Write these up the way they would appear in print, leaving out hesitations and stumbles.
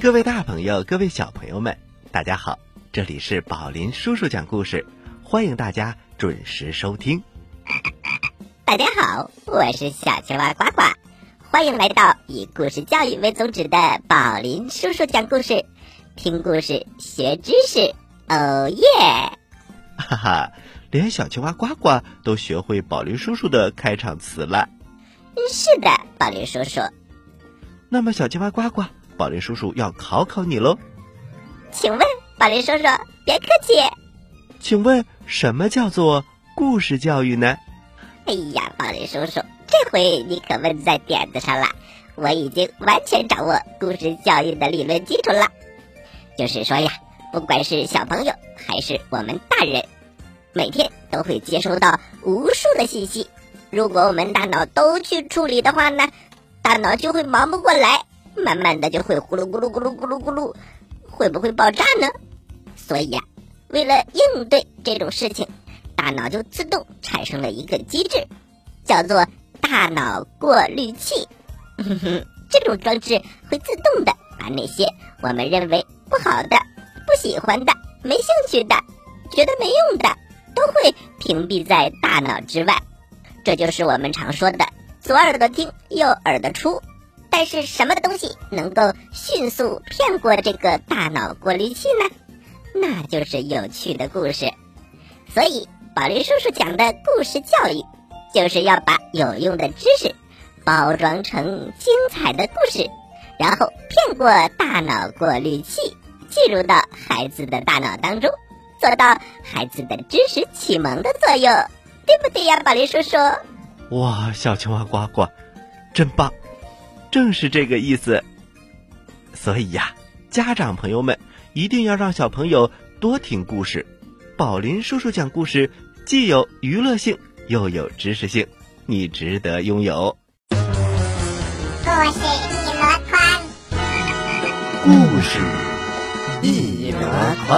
各位大朋友，各位小朋友们，大家好，这里是宝林叔叔讲故事，欢迎大家准时收听。 大家好，我是小青蛙呱呱，欢迎来到以故事教育为宗旨的宝林叔叔讲故事，听故事学知识，哦耶！ 哈哈，连小青蛙呱呱都学会宝林叔叔的开场词了。 是的，宝林叔叔。 那么小青蛙呱呱，宝林叔叔要考考你喽。 请问宝林叔叔，别客气。 请问什么叫做故事教育呢？ 哎呀，宝林叔叔，这回你可问在点子上了，我已经完全掌握故事教育的理论基础了。就是说呀，不管是小朋友还是我们大人，每天都会接收到无数的信息，如果我们大脑都去处理的话呢，大脑就会忙不过来，慢慢的就会呼噜咕噜咕噜咕噜咕噜，会不会爆炸呢？所以呀，为了应对这种事情，大脑就自动产生了一个机制，叫做大脑过滤器。这种装置会自动的把那些我们认为不好的、不喜欢的、没兴趣的、觉得没用的，都会屏蔽在大脑之外。这就是我们常说的左耳朵听右耳朵出。但是什么东西能够迅速骗过这个大脑过滤器呢？那就是有趣的故事。所以宝林叔叔讲的故事教育，就是要把有用的知识包装成精彩的故事，然后骗过大脑过滤器，进入到孩子的大脑当中，做到孩子的知识启蒙的作用，对不对呀，宝林叔叔？ 哇，小青蛙呱呱，真棒！正是这个意思。所以呀，家长朋友们一定要让小朋友多听故事。宝林叔叔讲故事既有娱乐性又有知识性，你值得拥有。 故事一箩筐， 故事一箩筐。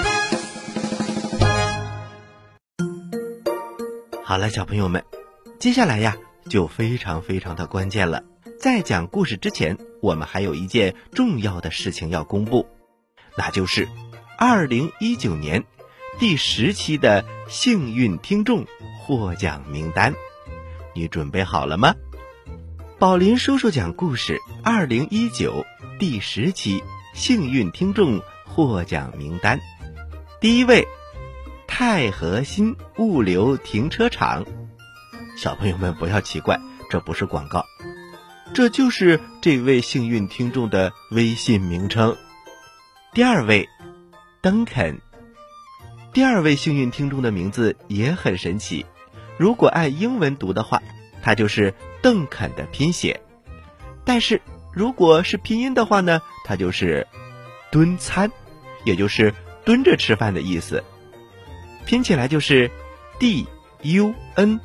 好了，小朋友们，接下来呀就非常的关键了。在讲故事之前，我们还有一件重要的事情要公布，那就是2019年第10期的幸运听众获奖名单。你准备好了吗？宝林叔叔讲故事2019第10期幸运听众获奖名单。第一位，太和新物流停车场。小朋友们不要奇怪，这不是广告，这就是这位幸运听众的微信名称。第二位，登肯。第二位幸运听众的名字也很神奇，如果按英文读的话，它就是邓肯的拼写，但是如果是拼音的话呢，它就是蹲餐，也就是蹲着吃饭的意思，拼起来就是 DUNCAN。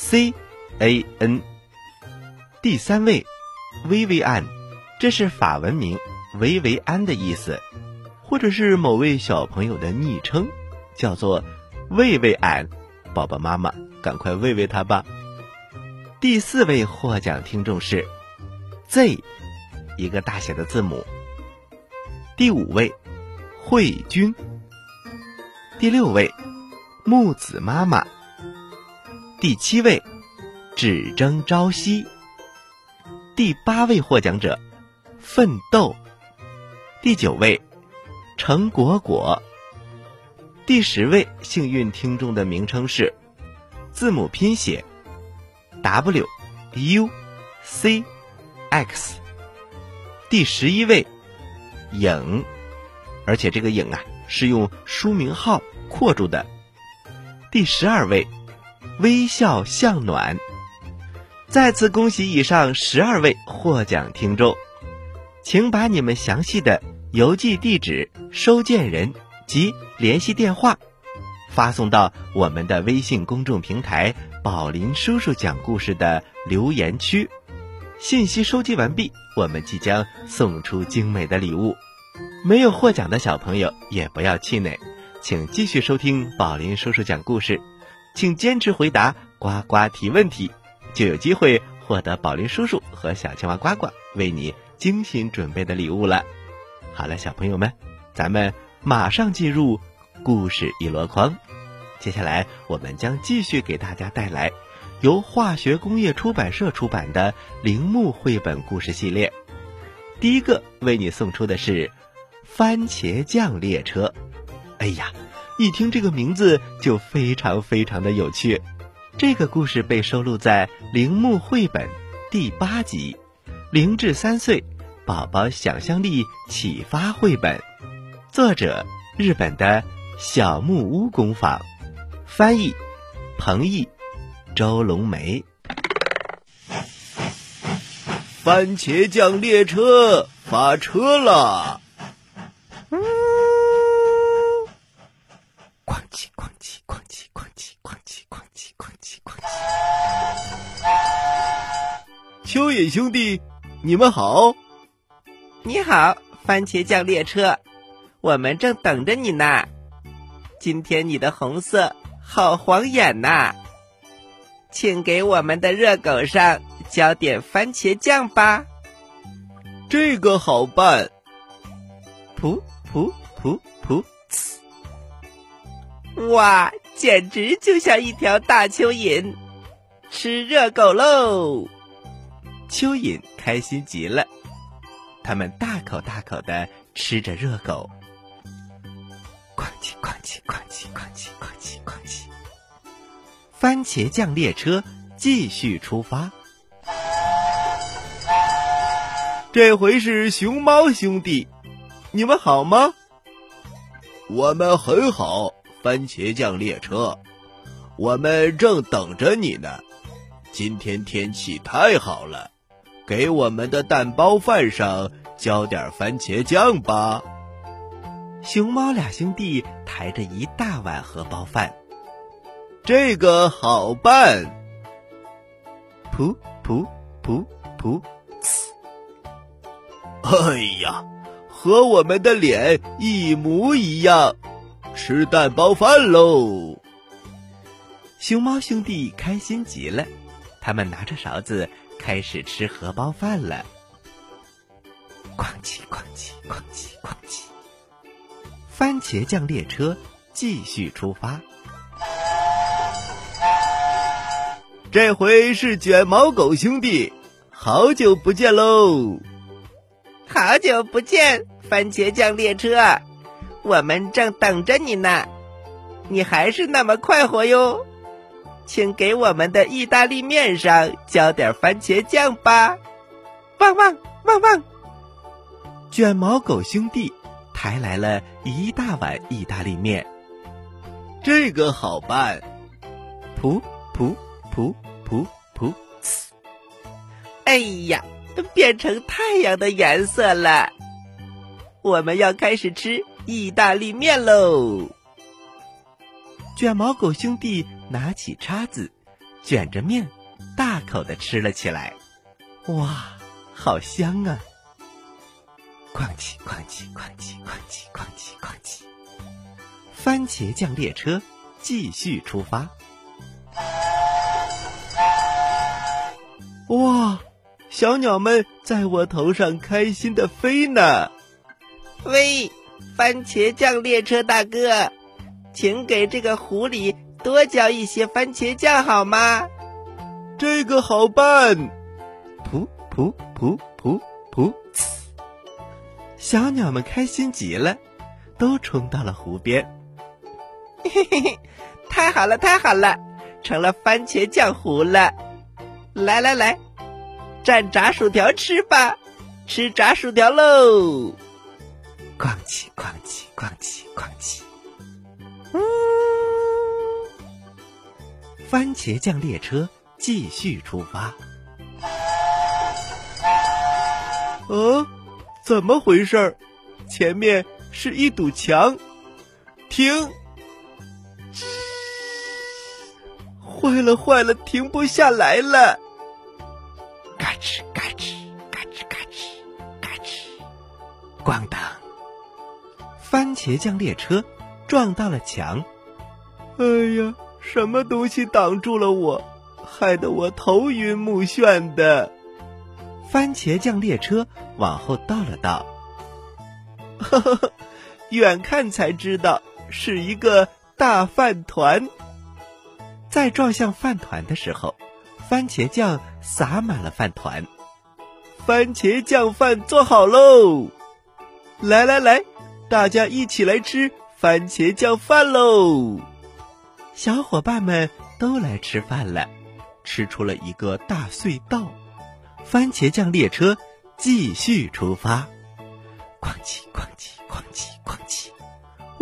第三位，薇薇安，这是法文名维维安的意思，或者是某位小朋友的昵称，叫做喂喂安，宝宝妈妈赶快喂喂他吧。第四位获奖听众是 Z， 一个大写的字母。第五位，慧君。第六位，木子妈妈。第七位，只争朝夕。第8位获奖者，奋斗。第9位，程果果。第10位幸运听众的名称是字母拼写 WUCX。第11位，影，而且这个影啊是用书名号括住的。第12位，微笑向暖。再次恭喜以上12位获奖听众，请把你们详细的邮寄地址、收件人及联系电话发送到我们的微信公众平台宝林叔叔讲故事的留言区。信息收集完毕，我们即将送出精美的礼物。没有获奖的小朋友也不要气馁，请继续收听宝林叔叔讲故事，请坚持回答呱呱提问题，就有机会获得宝林叔叔和小青蛙呱呱为你精心准备的礼物了。 好了，小朋友们，咱们马上进入故事一箩筐。接下来我们将继续给大家带来由化学工业出版社出版的铃木绘本故事系列。第一个为你送出的是番茄酱列车。哎呀，一听这个名字就非常非常的有趣。这个故事被收录在铃木绘本第8集0至3岁宝宝想象力启发绘本，作者日本的小木屋工坊，翻译彭毅、周龙梅。番茄酱列车发车了！哐叽哐叽哐叽哐叽哐叽哐叽哐叽哐叽。蚯蚓兄弟，你们好。 你好，番茄酱列车，我们正等着你呢。今天你的红色好晃眼呐，请给我们的热狗上浇点番茄酱吧。 这个好办。噗噗噗噗呲！ 哇，简直就像一条大蚯蚓，吃热狗喽！ 蚯蚓开心极了，他们大口大口地吃着热狗。哐叽哐叽哐叽哐叽哐叽哐叽。番茄酱列车继续出发。这回是熊猫兄弟，你们好吗？我们很好，番茄酱列车，我们正等着你呢。今天天气太好了，给我们的蛋包饭上浇点番茄酱吧。熊猫俩兄弟抬着一大碗荷包饭。这个好办。噗噗噗噗呲！哎呀，和我们的脸一模一样，吃蛋包饭喽！熊猫兄弟开心极了，他们拿着勺子开始吃荷包饭了。哐叽哐叽哐叽哐叽。番茄酱列车继续出发。这回是卷毛狗兄弟，好久不见喽！ 好久不见，番茄酱列车，我们正等着你呢。你还是那么快活哟，请给我们的意大利面上浇点番茄酱吧。汪汪汪汪！ 卷毛狗兄弟抬来了一大碗意大利面。这个好办。噗噗噗噗噗呲！ 哎呀，变成太阳的颜色了。我们要开始吃意大利面喽。 卷毛狗兄弟拿起叉子，卷着面，大口地吃了起来。哇，好香啊！哐叽哐叽哐叽哐叽哐叽哐叽。番茄酱列车继续出发。哇，小鸟们在我头上开心地飞呢。 喂，番茄酱列车大哥，请给这个壶里多浇一些番茄酱好吗？ 这个好办。噗噗噗噗噗呲！小鸟们开心极了，都冲到了湖边。 嘿嘿嘿，太好了太好了，成了番茄酱糊了。来来来，蘸炸薯条吃吧，吃炸薯条喽！ 哐叽哐叽哐叽哐叽。番茄酱列车继续出发。怎么回事？前面是一堵墙。停！坏了坏了，停不下来了！嘎吱嘎吱嘎吱嘎吱嘎吱，咣当！番茄酱列车撞到了墙。哎呀，什么东西挡住了我，害得我头晕目眩的。番茄酱列车往后倒了倒。 呵呵呵，远看才知道是一个大饭团。在撞向饭团的时候，番茄酱洒满了饭团。番茄酱饭做好喽！来来来，大家一起来吃番茄酱饭喽！小伙伴们都来吃饭了，吃出了一个大隧道。番茄酱列车继续出发，哐叽哐叽哐叽哐叽，呜！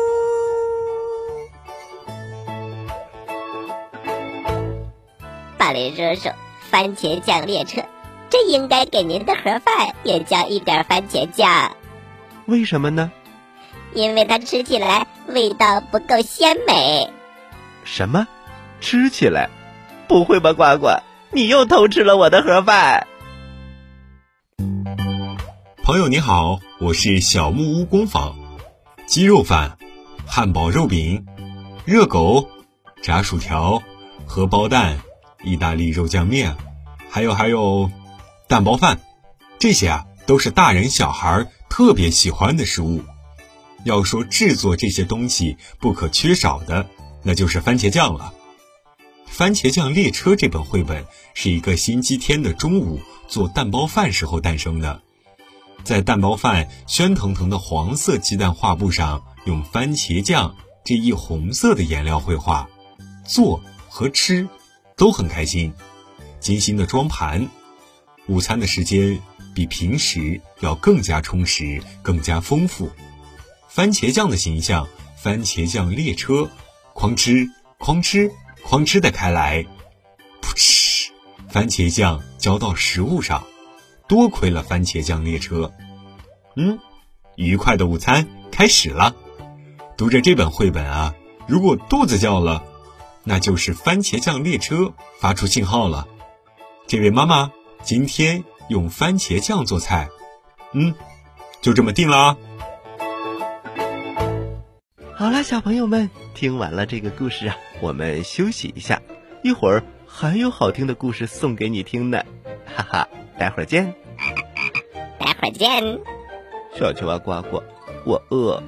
宝林叔叔，番茄酱列车，这应该给您的盒饭也加一点番茄酱。 为什么呢？ 因为它吃起来味道不够鲜美。 什么？吃起来？不会吧，呱呱，你又偷吃了我的盒饭？ 朋友你好，我是小木屋工坊。鸡肉饭、汉堡肉饼、热狗、炸薯条、荷包蛋、意大利肉酱面，还有蛋包饭，这些都是大人小孩特别喜欢的食物。要说制作这些东西不可缺少的，那就是番茄酱了。番茄酱列车这本绘本是一个星期天的中午做蛋包饭时候诞生的。在蛋包饭喧腾腾的黄色鸡蛋画布上，用番茄酱这一红色的颜料绘画，做和吃都很开心。精心的装盘，午餐的时间比平时要更加充实，更加丰富。番茄酱的形象，番茄酱列车，哐哧哐哧哐哧的开来，噗嗤，番茄酱浇到食物上，多亏了番茄酱列车。愉快的午餐开始了。读着这本绘本如果肚子叫了，那就是番茄酱列车发出信号了。这位妈妈今天用番茄酱做菜，就这么定了。 好了，小朋友们，听完了这个故事我们休息一下，一会儿还有好听的故事送给你听呢，哈哈，待会儿见。 待会儿见。 小青蛙呱呱，我饿。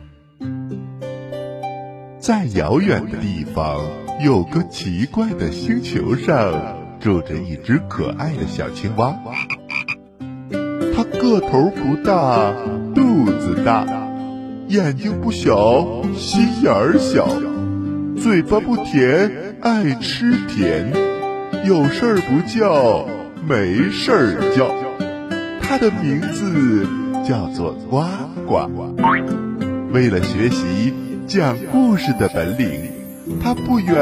在遥远的地方，有个奇怪的星球上，住着一只可爱的小青蛙。它个头不大，肚子大，眼睛不小，心眼儿小，嘴巴不甜，爱吃甜，有事儿不叫，没事儿叫。它的名字叫做呱呱。为了学习讲故事的本领，它不远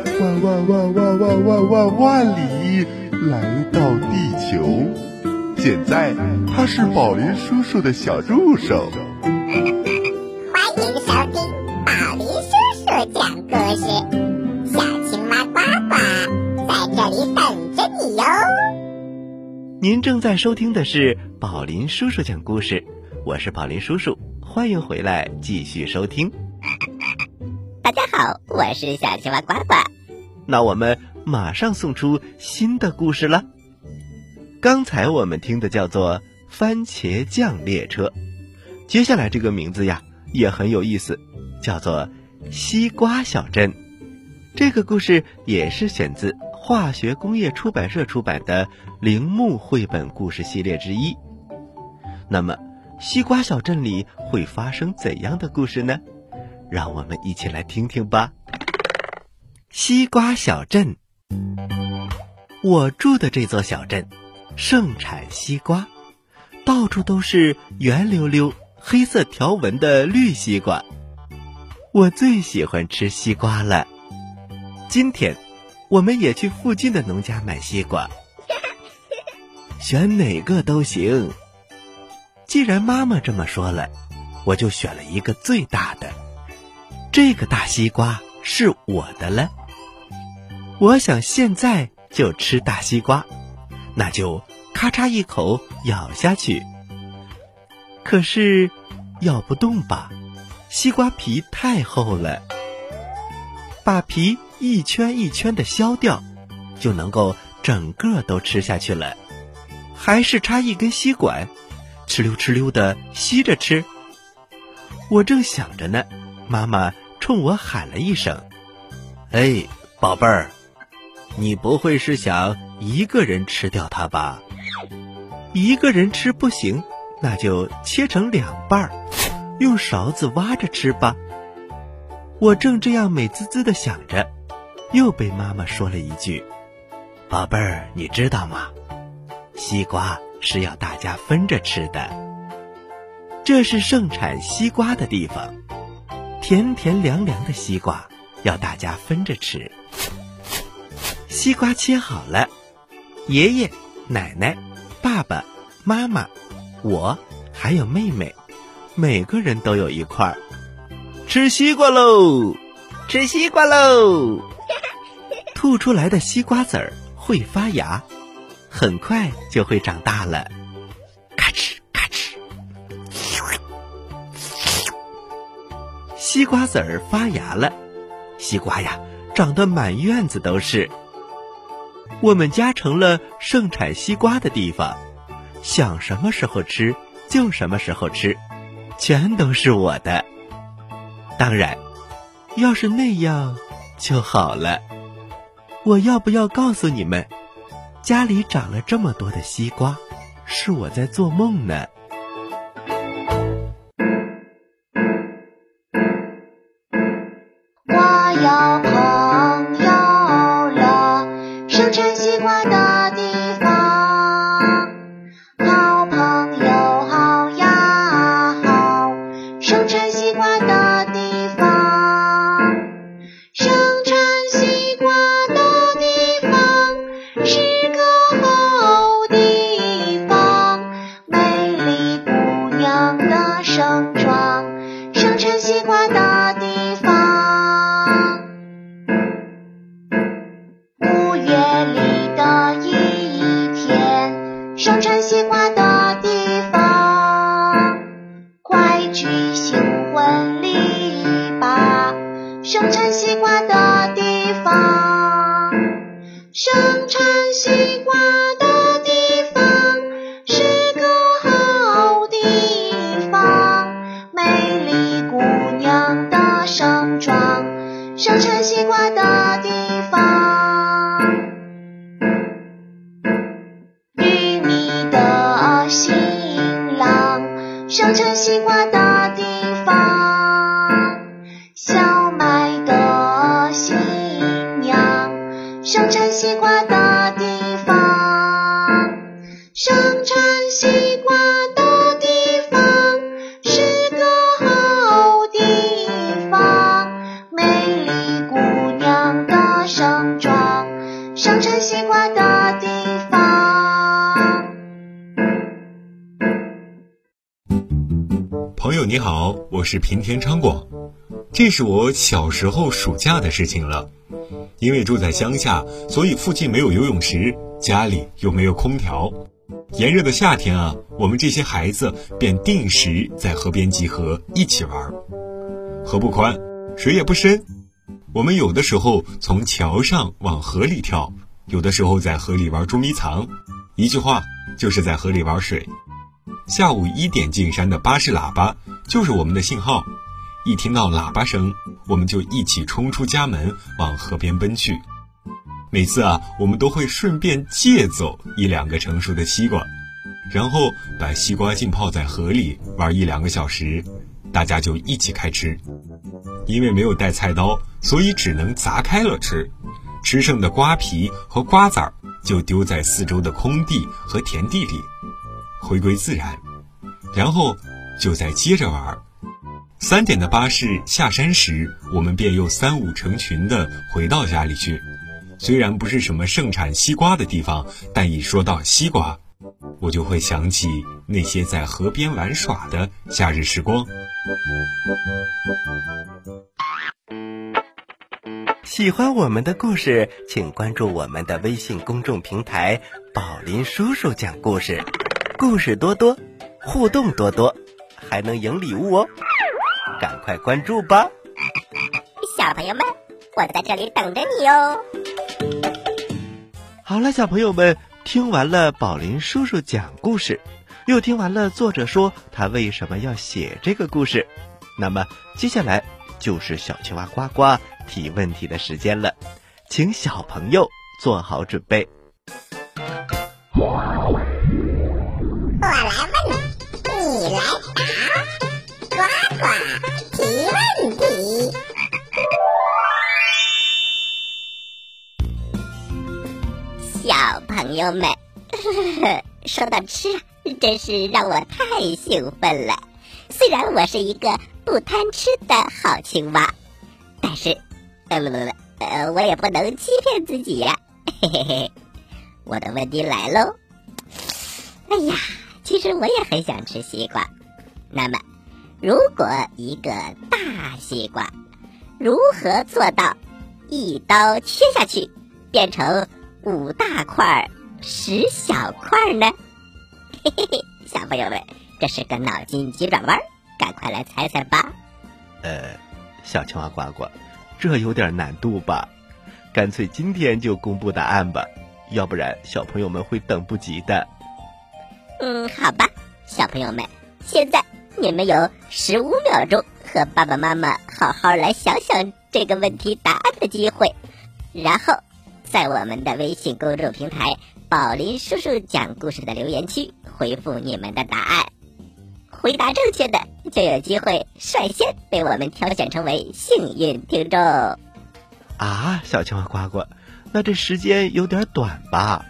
万里来到地球。现在它是宝林叔叔的小助手。 欢迎收听宝林叔叔讲故事，小青蛙呱呱在这里等着你哟。 您正在收听的是宝林叔叔讲故事，我是宝林叔叔，欢迎回来继续收听。 大家好，我是小青蛙呱呱。 那我们马上送出新的故事了。刚才我们听的叫做番茄酱列车，接下来这个名字也很有意思，叫做西瓜小镇。这个故事也是选自化学工业出版社出版的铃木绘本故事系列之一。那么西瓜小镇里会发生怎样的故事呢？让我们一起来听听吧。西瓜小镇。我住的这座小镇盛产西瓜，到处都是圆溜溜黑色条纹的绿西瓜。我最喜欢吃西瓜了。今天我们也去附近的农家买西瓜，选哪个都行。既然妈妈这么说了，我就选了一个最大的。这个大西瓜是我的了。我想现在就吃大西瓜，那就咔嚓一口咬下去。可是咬不动吧，西瓜皮太厚了。把皮一圈一圈的削掉，就能够整个都吃下去了。还是插一根吸管， 哧溜哧溜地吸着吃。我正想着呢，妈妈冲我喊了一声：“哎，宝贝儿，你不会是想一个人吃掉它吧？一个人吃不行，那就切成2半，用勺子挖着吃吧。”我正这样美滋滋地想着，又被妈妈说了一句：“宝贝儿，你知道吗？西瓜是要大家分着吃的。这是盛产西瓜的地方，甜甜凉凉的西瓜要大家分着吃。”西瓜切好了，爷爷、奶奶、爸爸妈妈，我还有妹妹，每个人都有一块。吃西瓜喽， 吃西瓜喽！ 吐出来的西瓜籽儿会发芽，很快就会长大了。咔哧咔哧，西瓜籽儿发芽了，西瓜呀长得满院子都是。我们家成了盛产西瓜的地方，想什么时候吃就什么时候吃，全都是我的。当然，要是那样就好了。我要不要告诉你们，家里长了这么多的西瓜，是我在做梦呢？ 我有朋友了，盛产西瓜的地方。好朋友好呀好，盛产西瓜的地方。盛产西瓜的地方是个好地方，美丽姑娘的盛装。盛产西瓜的地方。5月里的一天，盛产西瓜的地方，快举行婚礼吧！盛产西瓜的地方，盛产西瓜的地方是个好地方，美丽姑娘的盛装。盛产西瓜的地方，与你的新郎。盛产西瓜的地方，小麦的新娘。盛产西瓜的地方，盛产西瓜的地方是个好地方，美丽姑娘的盛装。盛产西瓜的地方。 朋友你好，我是平田昌广。这是我小时候暑假的事情了。因为住在乡下，所以附近没有游泳池，家里又没有空调。炎热的夏天啊，我们这些孩子便定时在河边集合，一起玩。河不宽，水也不深，我们有的时候从桥上往河里跳，有的时候在河里玩捉迷藏，一句话就是在河里玩水。下午1点进山的巴士喇叭就是我们的信号，一听到喇叭声，我们就一起冲出家门往河边奔去。每次啊，我们都会顺便借走1-2个成熟的西瓜，然后把西瓜浸泡在河里玩1-2个小时，大家就一起开吃。因为没有带菜刀，所以只能砸开了吃，吃剩的瓜皮和瓜子儿就丢在四周的空地和田地里，回归自然，然后就再接着玩。3点的巴士下山时，我们便又3-5成群地回到家里去。虽然不是什么盛产西瓜的地方，但一说到西瓜，我就会想起那些在河边玩耍的夏日时光。 喜欢我们的故事，请关注我们的微信公众平台宝林叔叔讲故事，故事多多，互动多多，还能赢礼物哦，赶快关注吧。 小朋友们，我在这里等着你哦。 好了，小朋友们， 听完了宝林叔叔讲故事，又听完了作者说他为什么要写这个故事，那么接下来就是小青蛙呱呱提问题的时间了，请小朋友做好准备。 我来问，你来答，呱呱提问题。 小朋友们，说到吃啊，真是让我太兴奋了。虽然我是一个不贪吃的好青蛙，但是，我也不能欺骗自己呀。嘿嘿嘿，我的问题来喽。哎呀，其实我也很想吃西瓜。那么，如果一个大西瓜，如何做到一刀切下去变成5大块10小块呢？嘿嘿嘿，小朋友们，这是个脑筋急转弯，赶快来猜猜吧。 小青蛙呱呱，这有点难度吧？干脆今天就公布答案吧，要不然小朋友们会等不及的。 好吧，小朋友们，现在你们有15秒钟和爸爸妈妈好好来想想这个问题答案的机会，然后在我们的微信公众平台宝林叔叔讲故事的留言区回复你们的答案，回答正确的就有机会率先被我们挑选成为幸运听众啊。小青蛙呱呱，那这时间有点短吧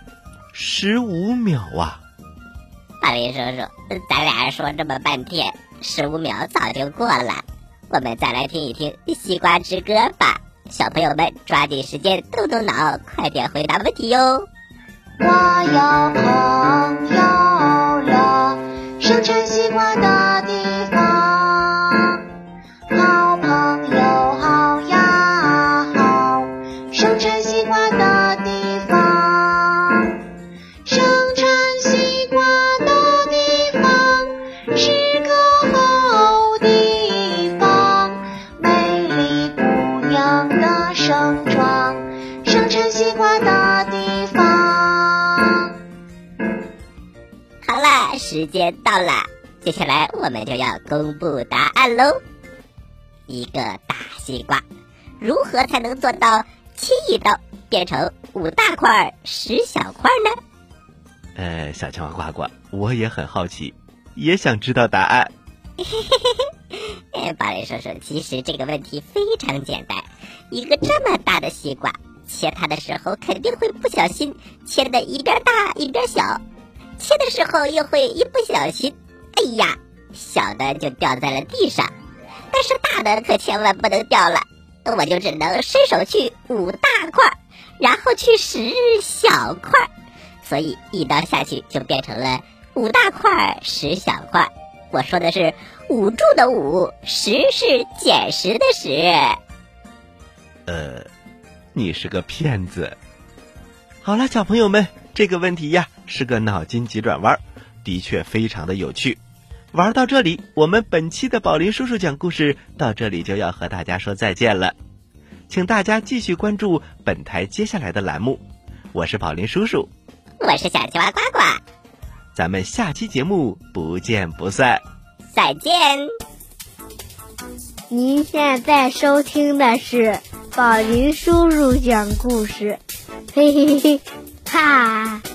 ？15秒啊！ 宝林叔叔，咱俩说这么半天，15秒早就过了，我们再来听一听西瓜之歌吧。小朋友们抓紧时间动动脑，快点回答问题哟。 我有朋友了，生产西瓜的地方。好朋友好呀好，生产西瓜的地方。生产西瓜的地方是个好地方，美丽姑娘的盛装，生产西瓜的地方。 好啦，时间到了，接下来我们就要公布答案喽。一个大西瓜，如何才能做到切一刀变成5大块10小块呢？ 小青蛙呱呱，我也很好奇，也想知道答案。 宝林叔叔，其实这个问题非常简单，一个这么大的西瓜，切它的时候肯定会不小心切的一边大一边小，切的时候又会一不小心，哎呀，小的就掉在了地上，但是大的可千万不能掉了，我就只能伸手去5大块，然后去10小块，所以一刀下去就变成了5大块10小块。我说的是5柱的5，10是捡拾的10。 你是个骗子。好了，小朋友们，这个问题呀是个脑筋急转弯，的确非常的有趣。玩到这里，我们本期的宝林叔叔讲故事到这里就要和大家说再见了。请大家继续关注本台接下来的栏目，我是宝林叔叔， 我是小青蛙呱呱， 咱们下期节目不见不散， 再见。 您现在收听的是宝林叔叔讲故事，嘿嘿嘿，哈。